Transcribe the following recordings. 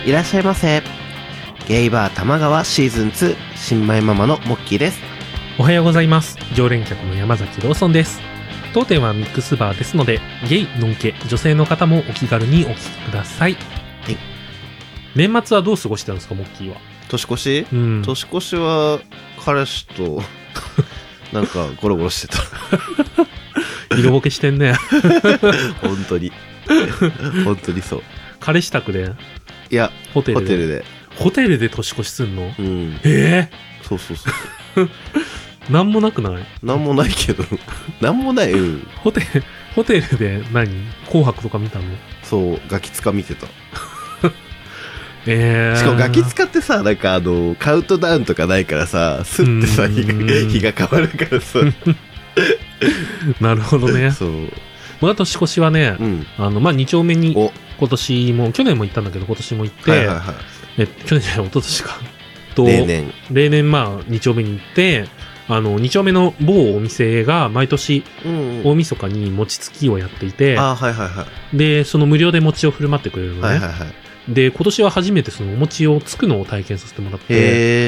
いらっしゃいませ。ゲイバー玉川シーズン2新米ママのモッキーです。 おはようございます。常連客の山崎ローソンです。当店はミックスバーですので、ゲイ、ノンケ、女性の方もお気軽にお聞きください。はい。年末はどう過ごしてたんですか、モッキーは。 年越し？年越しは彼氏となんかゴロゴロしてた。 色ぼけしてんね。 本当にそう。 彼氏宅で？ いや、ホテルで。 ホテルで年越しすんの？ うん。そう。 なんもなくない？ なんもないけど。なんもない。うん。 ホテルで紅白とか見たの？ そう、ガキ使見てた。しかもガキ使ってさ、なんかカウントダウンとかないからさ、スッてさ、日が変わるからさ。 なるほどね。 そう。 まあ、年越しはね、まあ、2丁目に、今年も、去年も行ったんだけど、今年も行って、去年じゃない、一昨年か。例年、まあ、2丁目に行って、2丁目の某お店が毎年、大晦日に餅つきをやっていて、で、その無料で餅を振る舞ってくれるのね。で、今年は初めてそのお餅をつくのを体験させてもらって、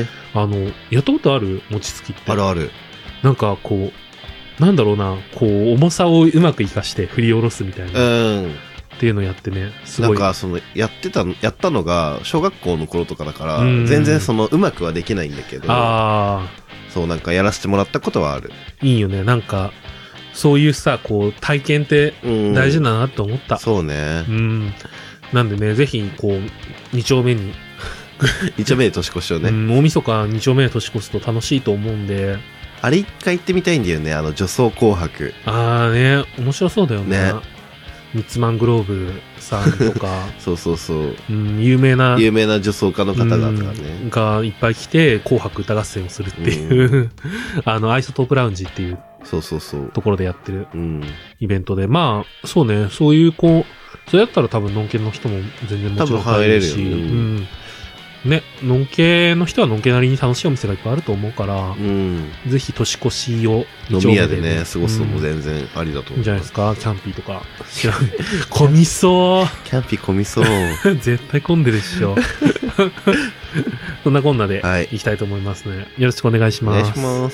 やったことある？餅つきって。 ある。 なんかこう、なんだろうな、こう、重さをうまく活かして振り下ろすみたいな。っていうのをやってね、すごい。 なんかやったのが、小学校の頃とかだから、全然うまくはできないんだけど、そう、なんかやらせてもらったことはある。 いいよね、なんか、そういうさ、こう、体験って大事だなって思った。 そうね。 なんでね、ぜひ、こう、2丁目に。 2丁目で年越しをね。 大晦日2丁目で年越すと楽しいと思うんで。 あれ一回行ってみたいんだよね、女装紅白。 ね、面白そうだよね。ミッツマングローブさんとか。 そう。 有名な女装家の方々がね。 がいっぱい来て、紅白歌合戦をするっていう、アイソトープラウンジっていう。ところでやってる。イベントで。まあ、そうね、そういうそれだったら多分、ノンケの人も全然もちろん入れるし、ね、ノンケの人はノンケなりに楽しいお店がいっぱいあると思うから、ぜひ年越しを飲み屋でね、過ごすのも全然ありだと思う。 じゃないですか、キャンピーとか。知らない。混みそう。 キャンピー混みそう。 絶対混んでるっしょ。そんなこんなで行きたいと思いますね。よろしくお願いします。 お願いします。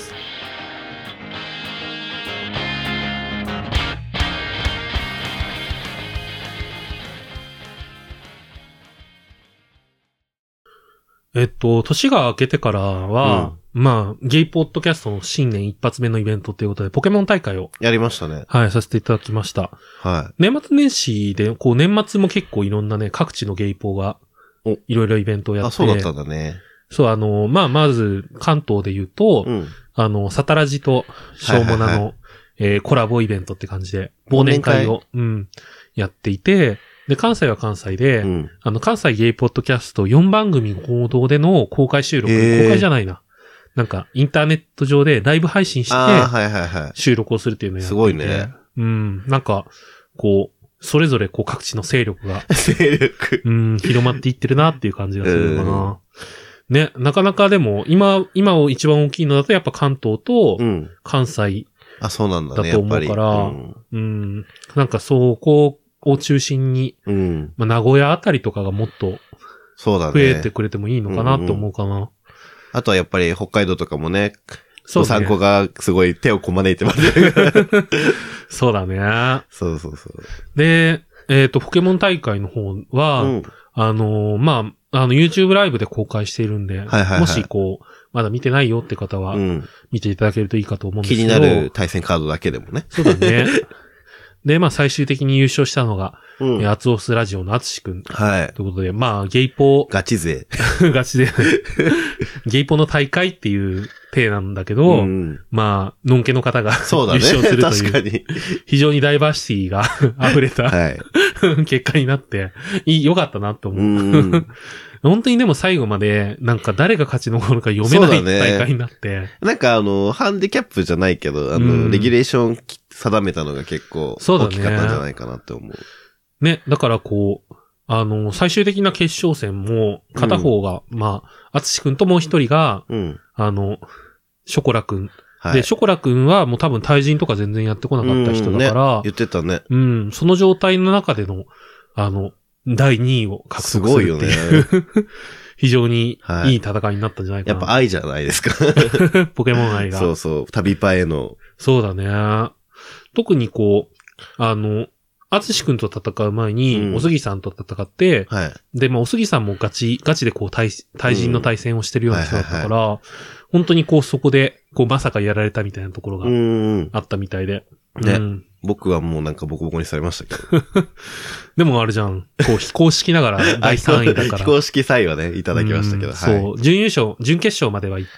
年が明けてからは、まあ、ゲイポッドキャストの新年一発目のイベントということで、ポケモン大会を。 やりましたね。 はい、させていただきました。 はい。 年末年始で、年末も結構いろんなね、各地のゲイポが、いろいろイベントをやって。 そうだったんだね。 そう、まあ、まず、関東で言うと、サタラジと、ショーモナの、コラボイベントって感じで、忘年会を、やっていて、で、関西は関西で、関西ゲイポッドキャスト4番組合同での公開収録、公開じゃないな。なんか、インターネット上でライブ配信して、収録をするっていうのをやっていて。 すごいね。 なんか、それぞれ各地の勢力が、広まっていってるなっていう感じがするのかな。ね、なかなかでも、今一番大きいのだとやっぱ関東と、関西だと思うから、なんかそこを中心に、まあ、名古屋あたりとかがもっと増えてくれてもいいのかなって思うかな。 あとはやっぱり北海道とかもね、お産子がすごい手をこまねいてますね。 そうだね。 そう。 で、ポケモン大会の方は、まあ、YouTube ライブで公開しているんで、もしまだ見てないよって方は、見ていただけるといいかと思うんですけど。 気になる対戦カードだけでもね。 そうだね。で、まあ最終的に優勝したのが、アツオスラジオのアツシくん。はい。ということで、まあゲイポ。 ガチ勢。 ガチで。ゲイポの大会っていう体なんだけど、まあ、ノンケの方が優勝するという。 確かに。 非常にダイバーシティが溢れた、結果になって、良かったなと思う。本当にでも最後まで、なんか誰が勝ち残るか読めない大会になって。 なんかハンディキャップじゃないけど、レギュレーション定めたのが結構大きかったんじゃないかなって思う。 ね、だから最終的な決勝戦も、片方が、まあ、アツシ君ともう一人が、ショコラ君。で、ショコラ君はもう多分対人とか全然やってこなかった人だから、 言ってたね。 その状態の中での、 第2位を獲得するっていう。すごいよね。非常にいい戦いになったんじゃないかな。 やっぱ愛じゃないですか。 ポケモン愛が。 そうそう。旅パへの。 そうだね。特にこう、アツシ君と戦う前に、おすぎさんと戦って、 はい。 で、まあ、おすぎさんもガチでこう対人の対戦をしてるような人だったから、本当にこうそこで、こうまさかやられたみたいなところがあったみたいで。 ね。僕はもうなんかボコボコにされましたけど。 でもあれじゃん。こう非公式ながら第3位だから。 非公式3位はね、いただきましたけど。 そう。準決勝までは行って、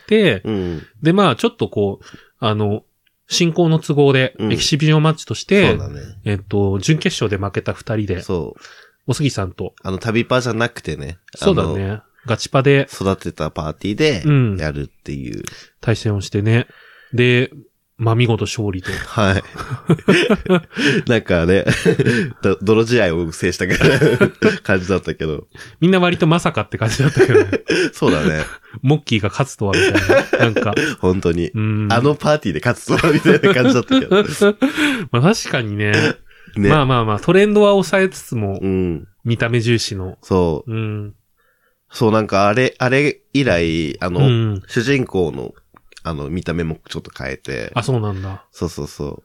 で、まあちょっとこう、進行の都合で、エキシビジョンマッチとして、 そうだね。 準決勝で負けた2人で、 そう。 おすぎさんと。 旅パじゃなくてね。 そうだね。ガチパで。 育てたパーティーで、やるっていう、 対戦をしてね。で、まあ、見事勝利と。 はい。なんかね、泥試合を制した感じだったけど。 みんな割とまさかって感じだったけどね。 そうだね。 モッキーが勝つとはみたいな。なんか。 本当に。あのパーティーで勝つとはみたいな感じだったけど。 まあ確かにね。まあまあまあ、トレンドは抑えつつも、見た目重視の。 そう。そう、なんかあれ以来、主人公の、見た目もちょっと変えて。 あ、そうなんだ。 そうそうそう。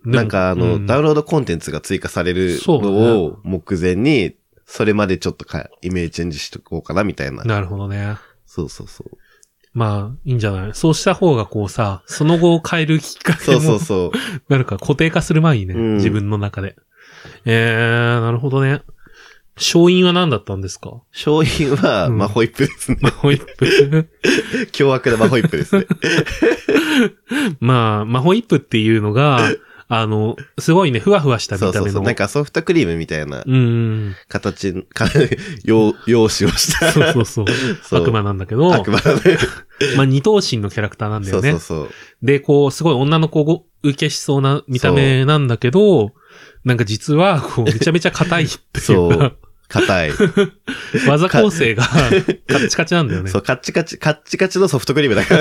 なんかダウンロードコンテンツが追加されるのを目前に、それまでちょっとイメージチェンジしとこうかなみたいな。 なるほどね。 そうそうそう。 まあ、いいんじゃない？そうした方がこうさ、その後を変えるきっかけもそう。なるか固定化する前にね、自分の中で。なるほどね。勝因は何だったんですか？ 勝因は、マホイップですね。 マホイップ。 凶悪なマホイップですね。 まあ、マホイップっていうのが、すごいね、ふわふわした見た目の。 そう。なんかソフトクリームみたいな、形、容姿をした。 そう。悪魔なんだけど、 悪魔だね。 まあ、二頭身のキャラクターなんだよね。 そう。 で、こう、すごい女の子受けしそうな見た目なんだけど、なんか実は、こう、めちゃめちゃ硬いっていうか。 そう。硬い。 技構成がカッチカチなんだよね。 そう、カッチカチのソフトクリームだから。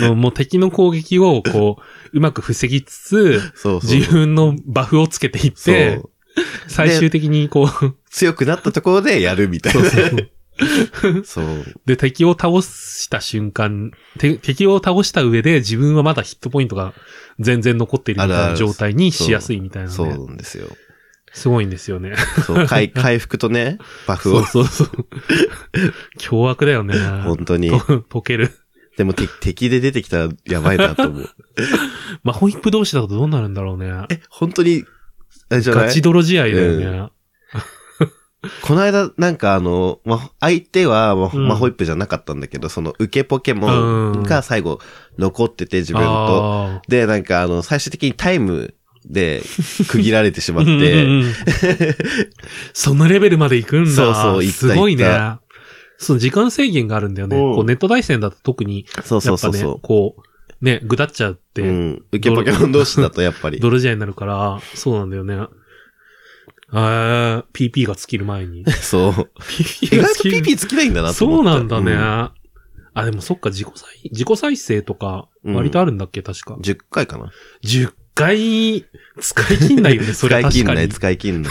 もう敵の攻撃をこう、うまく防ぎつつ、自分のバフをつけていって、最終的にこう、 強くなったところでやるみたいな。そう。 で、敵を倒した瞬間、敵を倒した上で自分はまだヒットポイントが全然残っているみたいな状態にしやすいみたいなね。 そうなんですよ。 すごいんですよね。 そう、回復とね、バフを。 そう。凶悪だよね。 本当に。 溶ける。 でも敵で出てきたらやばいなと思う。 まあ、ホイップ同士だとどうなるんだろうね。 本当に、あれじゃない？ ガチ泥試合だよね。 この間、なんか相手は、マホイップじゃなかったんだけど、その受けポケモンが最後残ってて自分と。で、なんか最終的にタイムで区切られてしまって。 そんなレベルまで行くんだ。 そう、 すごいね。その時間制限があるんだよね。こうネット対戦だと特に、やっぱね、こう、ね、ぐだっちゃって。 受けポケモン同士だとやっぱり。 泥試合になるから、そうなんだよね。PP が尽きる前に。 そう。意外と PP 尽きないんだなと思って。 そうなんだね。でもそっか、自己再生とか、割とあるんだっけ、確か。 10回かな。 10回、使い切んないよね、それ確かに。 使い切んない。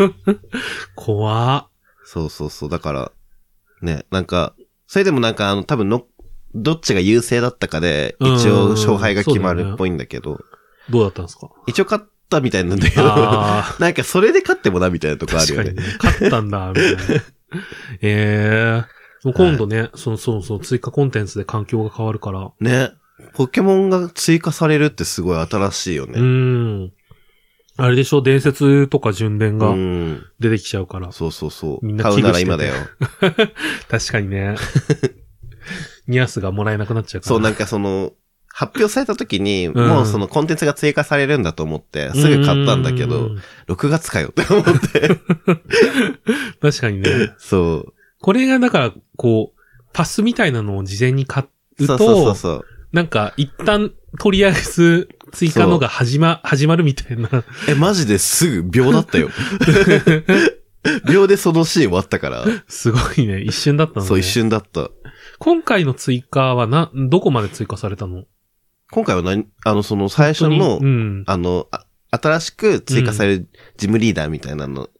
怖っ。 そう。だから、ね、なんか、それでもなんか多分どっちが優勢だったかで、一応勝敗が決まるっぽいんだけど。 どうだったんですか？ 一応勝ったみたいなんだけど、なんかそれで勝ってもなみたいなとこあるよね。 確かにね。勝ったんだ、みたいな。今度ね、そう、追加コンテンツで環境が変わるから。 ね。ポケモンが追加されるってすごい新しいよね。 あれでしょ、伝説とか順伝が出てきちゃうから。 そう。 みんな買うなら今だよ。 確かにね。ニアスがもらえなくなっちゃうから。 そう、なんか発表された時に、もうそのコンテンツが追加されるんだと思って、すぐ買ったんだけど、6月かよって思って。 確かにね。 そう。 これがだから、こう、パスみたいなのを事前に買うと、 そう。 なんか、一旦、とりあえず、追加のが始まるみたいな。 マジですぐ秒だったよ。秒でそのシーン終わったから。 すごいね。一瞬だったのね。 そう、一瞬だった。 今回の追加はどこまで追加されたの？ 今回はその最初の、新しく追加されるジムリーダーみたいなの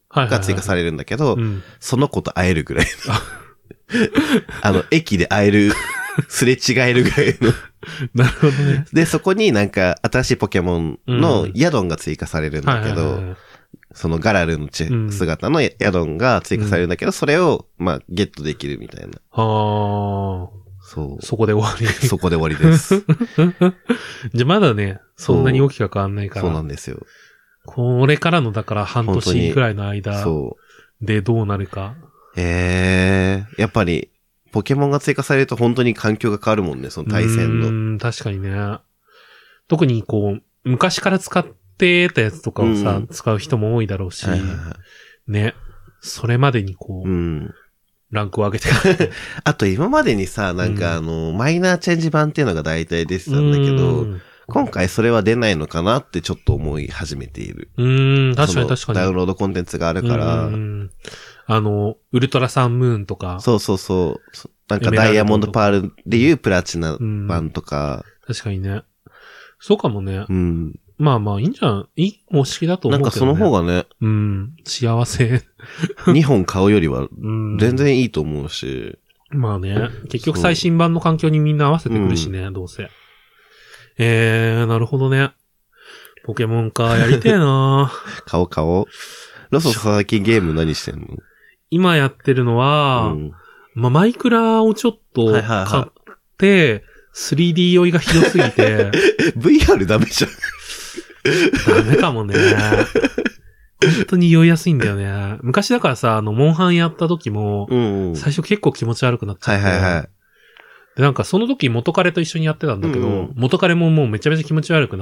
が追加されるんだけど、その子と会えるぐらいの。駅で会える、すれ違えるぐらいの。 なるほどね。 で、そこになんか新しいポケモンのヤドンが追加されるんだけど、そのガラルの姿のヤドンが追加されるんだけど、それを、まあ、ゲットできるみたいな。 そう。そこで終わり。 そこで終わりです。 じゃあまだね、そんなに大きく変わんないから。 そうなんですよ。 これからの、だから半年くらいの間でどうなるか。 やっぱり、ポケモンが追加されると本当に環境が変わるもんね、その対戦の。 確かにね。特にこう、昔から使ってたやつとかをさ、使う人も多いだろうし、ね。それまでにこう、ランクを上げてあと今までにさ、なんかマイナーチェンジ版っていうのが大体出てたんだけど、今回それは出ないのかなってちょっと思い始めている。 確かに確かに。 ダウンロードコンテンツがあるから。 ウルトラサンムーンとか。 そうそうそう。なんかダイヤモンドパールでいうプラチナ版とか。 確かにね。そうかもね。まあまあいいんじゃん。いい方式だと思うけどね。なんかその方がね。 幸せ。 2本買うよりは全然いいと思うし。 まあね。結局最新版の環境にみんな合わせてくるしね、どうせ。なるほどね。ポケモンか、やりてえな買おう。ロソ最近ゲーム何してんの？ 今やってるのは、まあ、マイクラをちょっと買って、3D 酔いがひどすぎて。 VR ダメじゃん。 ダメかもね。本当に酔いやすいんだよね。昔だからさ、モンハンやった時も、最初結構気持ち悪くなっちゃって。で、なんかその時元彼と一緒にやってたんだけど、元彼ももうめちゃめちゃ気持ち悪くなって、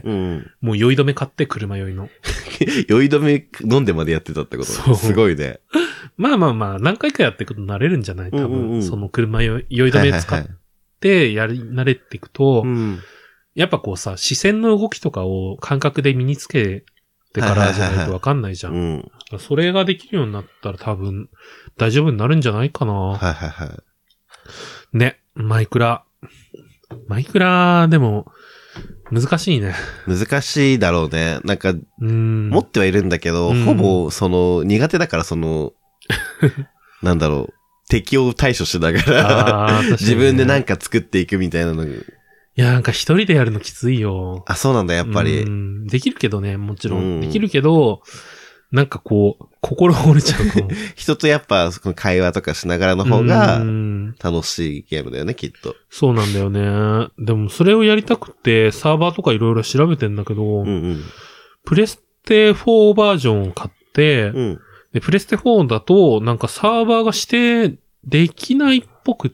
もう酔い止め買って車酔いの。 酔い止め飲んでまでやってたってこと？すごいね。 まあまあまあ、何回かやっていくと慣れるんじゃない？多分、その車酔い止め使って慣れていくと、やっぱこうさ、視線の動きとかを感覚で身につけてからじゃないとわかんないじゃん。それができるようになったら多分大丈夫になるんじゃないかな。ね、マイクラでも難しいね。 難しいだろうね。なんか、持ってはいるんだけど、ほぼ苦手だからなんだろう、敵を対処しながら、自分でなんか作っていくみたいなの。いや、なんか一人でやるのきついよ。 あ、そうなんだ、やっぱり。 できるけどね、もちろん。できるけど、なんかこう、心折れちゃうかも。 人とやっぱ、会話とかしながらの方が、楽しいゲームだよね、きっと。 そうなんだよね。でも、それをやりたくて、サーバーとかいろいろ調べてんだけど、プレステ4バージョンを買って、で、プレステ4だと、なんかサーバーが指定できないっぽくって、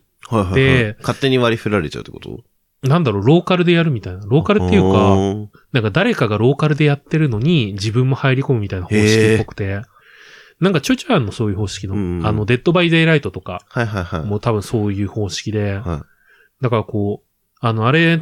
勝手に割り振られちゃうってこと？ なんだろう、ローカルでやるみたいな。ローカルっていうか、なんか誰かがローカルでやってるのに自分も入り込むみたいな方式っぽくて、なんかちょいちょいあるの、そういう方式の。デッドバイデイライトとか、もう多分そういう方式で、だからこう、あれって、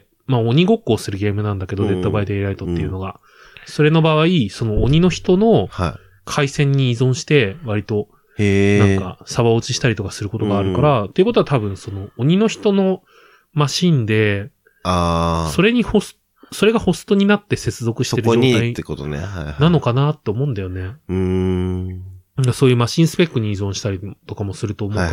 まあ鬼ごっこをするゲームなんだけど、デッドバイデイライトっていうのが。それの場合、その鬼の人の回線に依存して、割と、なんか、サバ落ちしたりとかすることがあるから、っていうことは多分その鬼の人のマシンで、それがホストになって接続してる状態ってことね。 なのかなって思うんだよね。そういうマシンスペックに依存したりとかもすると思うから、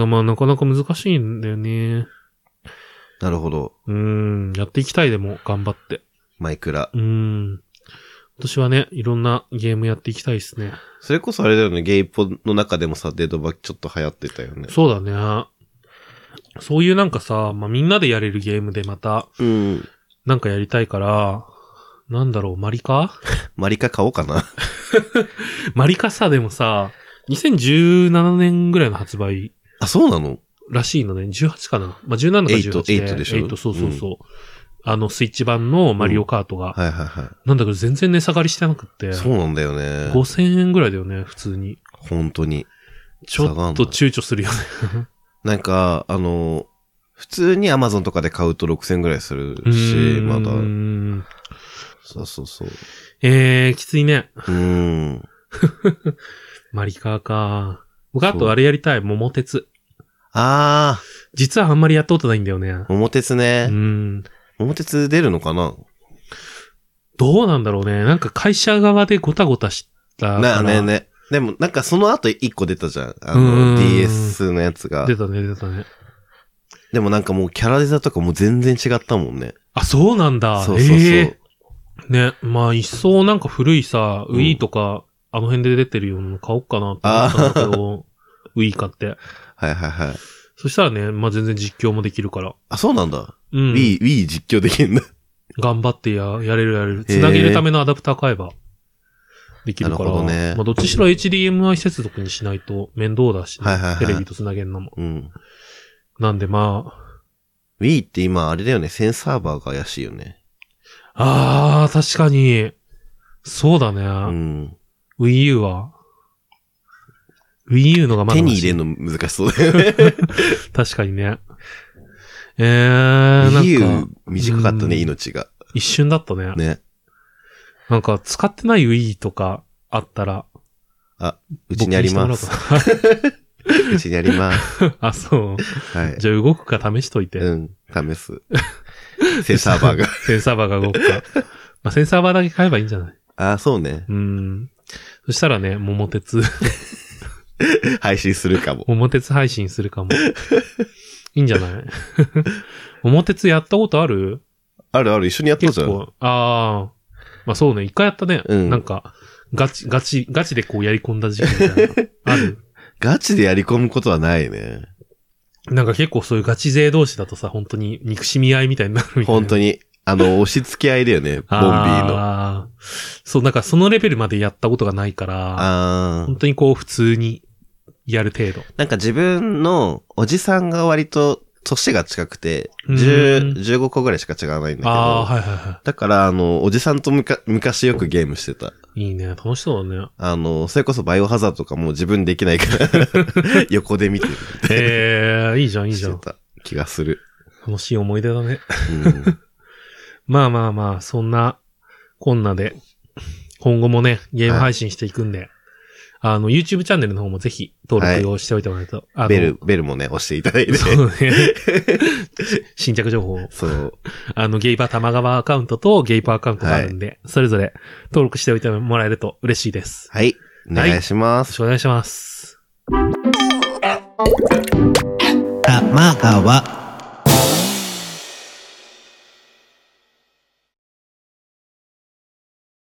まあなかなか難しいんだよね。 なるほど。 やっていきたいでも頑張って。 マイクラ。 今年はね、いろんなゲームやっていきたいですね。 それこそあれだよね、ゲイポの中でもさ、デードバックちょっと流行ってたよね。 そうだね。そういうなんかさ、まあ、みんなでやれるゲームでまた、なんかやりたいから、なんだろう、マリカ買おうかな。 マリカさ、でもさ、2017年ぐらいの発売。 あ、そうなの？ らしいのね。18かな。まあ、17か18で。 8でしょ？ 8、そうそうそう。スイッチ版のマリオカートが。なんだけど全然値下がりしてなくって。 そうなんだよね。 5000円ぐらいだよね、普通に。 本当に。 ちょっと躊躇するよね。 なんか、普通に Amazon とかで買うと6000円ぐらいするし、まだ。そうそうそう。 きついね。マリカーか。僕あとあれやりたい、桃鉄。実はあんまりやったことないんだよね。 桃鉄ね。桃鉄出るのかな？ どうなんだろうね。なんか会社側でごたごたしから。 ね。でもなんかその後1個出たじゃん。DS のやつが。 出たね。 でもなんかもうキャラデザとかも全然違ったもんね。 あ、そうなんだ。 そう。 ね。まあ一層なんか古いさ、Wii とか、あの辺で出てるようなの買おうかなって思ったんだけど、Wii 買って。 はい。 そしたらね、まあ全然実況もできるから。 あ、そうなんだ。Wii 実況できるんだ。 頑張ってやれる。つなげるためのアダプター買えば。できるから。なるほどね。まあどっちしろ HDMI 接続にしないと面倒だし、ね、テレビとつなげんのも。なんでまあ。 Wii って今あれだよね、センサーバーが怪しいよね。 あー、確かに。そうだね。Wii U は Wii U のがまだ手に入れるの難しそうだよね。 確かにね。 Wii U 短かったね、命が。 一瞬だったね。 ね。 なんか使ってない Wii とかあったら。 あ、うちにあります。うちにあります。 あ、そう。はい。じゃあ動くか試しといて。 試す。センサーバーが。 センサーバーが動くか。まあ、センサーバーだけ買えばいいんじゃない？ あ、そうね。 そしたらね、桃鉄。 配信するかも。 桃鉄配信するかも。いいんじゃない桃鉄やったことある？ ある、一緒にやったじゃん。 まあそうね、一回やったね。なんか、ガチでこうやり込んだ時期みたいな。ある？ ガチでやり込むことはないね。 なんか結構そういうガチ勢同士だとさ、本当に憎しみ合いみたいになるみたいな。 本当に。押し付け合いだよね、ボンビーの。 そう、なんかそのレベルまでやったことがないから、本当にこう普通にやる程度。 なんか自分のおじさんが割と年が近くて、15個ぐらいしか違わないんだけど、だから、おじさんと昔よくゲームしてた。 いいね、楽しそうだね。 それこそバイオハザードとかも自分できないから横で見てる。いいじゃん。 してた気がする。 楽しい思い出だね。まあ、そんな、こんなで、今後もね、ゲーム配信していくんで、YouTube チャンネルの方もぜひ登録をしておいてもらえると。 ベルもね、押していただいて。 そうね。新着情報を。 そう。 ゲイバー玉川アカウントとゲイパーアカウントがあるんで、それぞれ登録しておいてもらえると嬉しいです。 はい。お願いします。 よろしくお願いします。 玉川